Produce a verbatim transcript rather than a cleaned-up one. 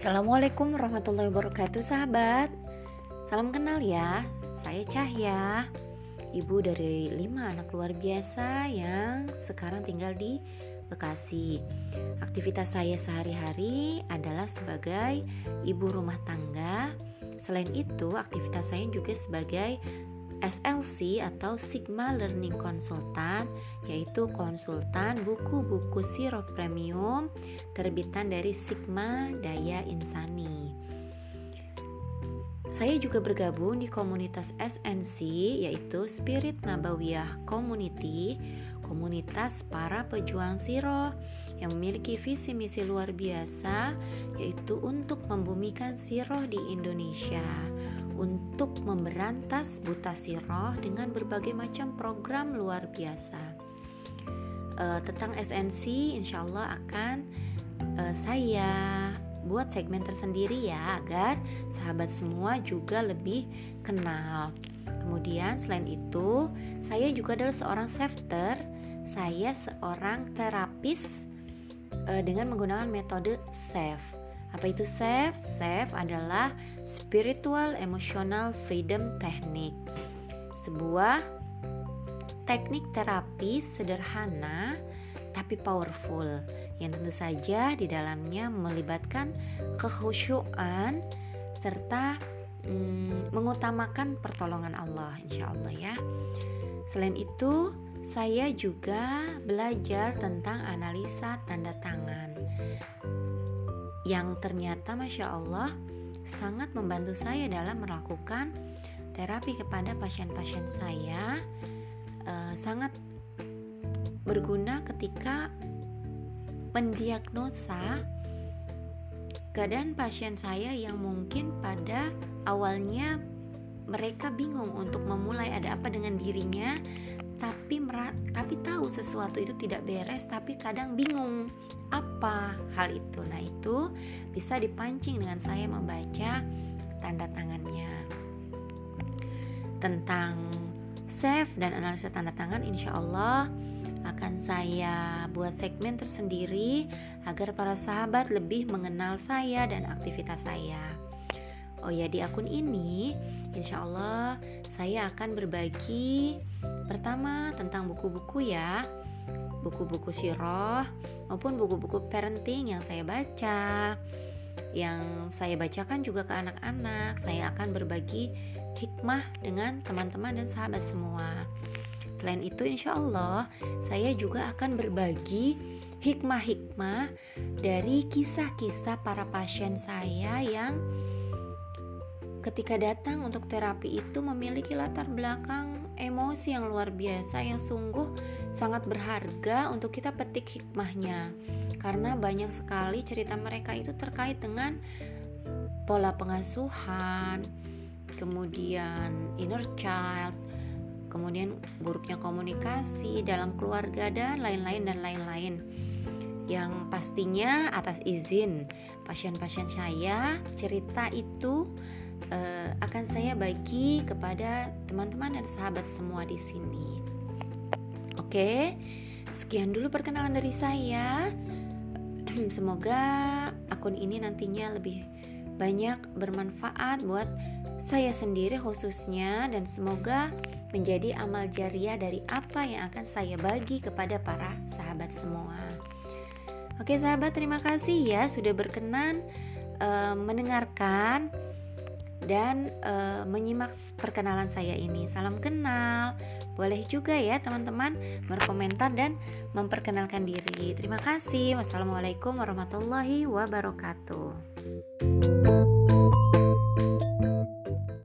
Assalamualaikum warahmatullahi wabarakatuh, sahabat. Salam kenal ya. Saya Cahya, ibu dari lima anak luar biasa yang sekarang tinggal di Bekasi. Aktivitas saya sehari-hari adalah sebagai ibu rumah tangga. Selain itu, aktivitas saya juga sebagai S L C atau Sigma Learning Consultant, yaitu konsultan buku-buku Sirah Premium terbitan dari Sigma Daya Insani. Saya juga bergabung di komunitas S N C, yaitu Spirit Nabawiyah Community, komunitas para pejuang sirah yang memiliki visi misi luar biasa, yaitu untuk membumikan sirah di Indonesia, untuk memberantas buta sirah dengan berbagai macam program luar biasa. Uh, tentang S N C insya Allah akan uh, saya buat segmen tersendiri ya, agar sahabat semua juga lebih kenal. Kemudian selain itu, saya juga adalah seorang shifter. Saya seorang terapis uh, dengan menggunakan metode S A F. Apa itu S A F? S A F adalah Spiritual Emotional Freedom Technique, sebuah teknik terapi sederhana tapi powerful yang tentu saja di dalamnya melibatkan kekhusyuan serta mm, mengutamakan pertolongan Allah, insya Allah ya. Selain itu, saya juga belajar tentang analisa tanda tangan yang ternyata Masya Allah sangat membantu saya dalam melakukan terapi kepada pasien-pasien saya. uh, Sangat berguna ketika mendiagnosa keadaan pasien saya yang mungkin pada awalnya mereka bingung untuk memulai ada apa dengan dirinya, tapi merat, tapi tahu sesuatu itu tidak beres, tapi kadang bingung apa hal itu. Nah, itu bisa dipancing dengan saya membaca tanda tangannya. Tentang S A F dan analisa tanda tangan, insya Allah akan saya buat segmen tersendiri agar para sahabat lebih mengenal saya dan aktivitas saya. Oh ya, di akun ini insya Allah saya akan berbagi pertama tentang buku-buku ya, buku-buku sirah maupun buku-buku parenting yang saya baca, yang saya bacakan juga ke anak-anak. Saya akan berbagi hikmah dengan teman-teman dan sahabat semua. Selain itu insya Allah saya juga akan berbagi hikmah-hikmah dari kisah-kisah para pasien saya yang ketika datang untuk terapi itu memiliki latar belakang emosi yang luar biasa, yang sungguh sangat berharga untuk kita petik hikmahnya. Karena banyak sekali cerita mereka itu terkait dengan pola pengasuhan, kemudian inner child, kemudian buruknya komunikasi dalam keluarga dan lain-lain dan lain-lain. Yang pastinya atas izin pasien-pasien saya, cerita itu Uh, akan saya bagi kepada teman-teman dan sahabat semua di sini. Oke, sekian dulu perkenalan dari saya. Semoga akun ini nantinya lebih banyak bermanfaat buat saya sendiri khususnya, dan semoga menjadi amal jariah dari apa yang akan saya bagi kepada para sahabat semua. Oke sahabat, terima kasih ya sudah berkenan uh, mendengarkan dan e, menyimak perkenalan saya ini. Salam kenal. Boleh juga ya teman-teman berkomentar dan memperkenalkan diri. Terima kasih. Wassalamualaikum warahmatullahi wabarakatuh.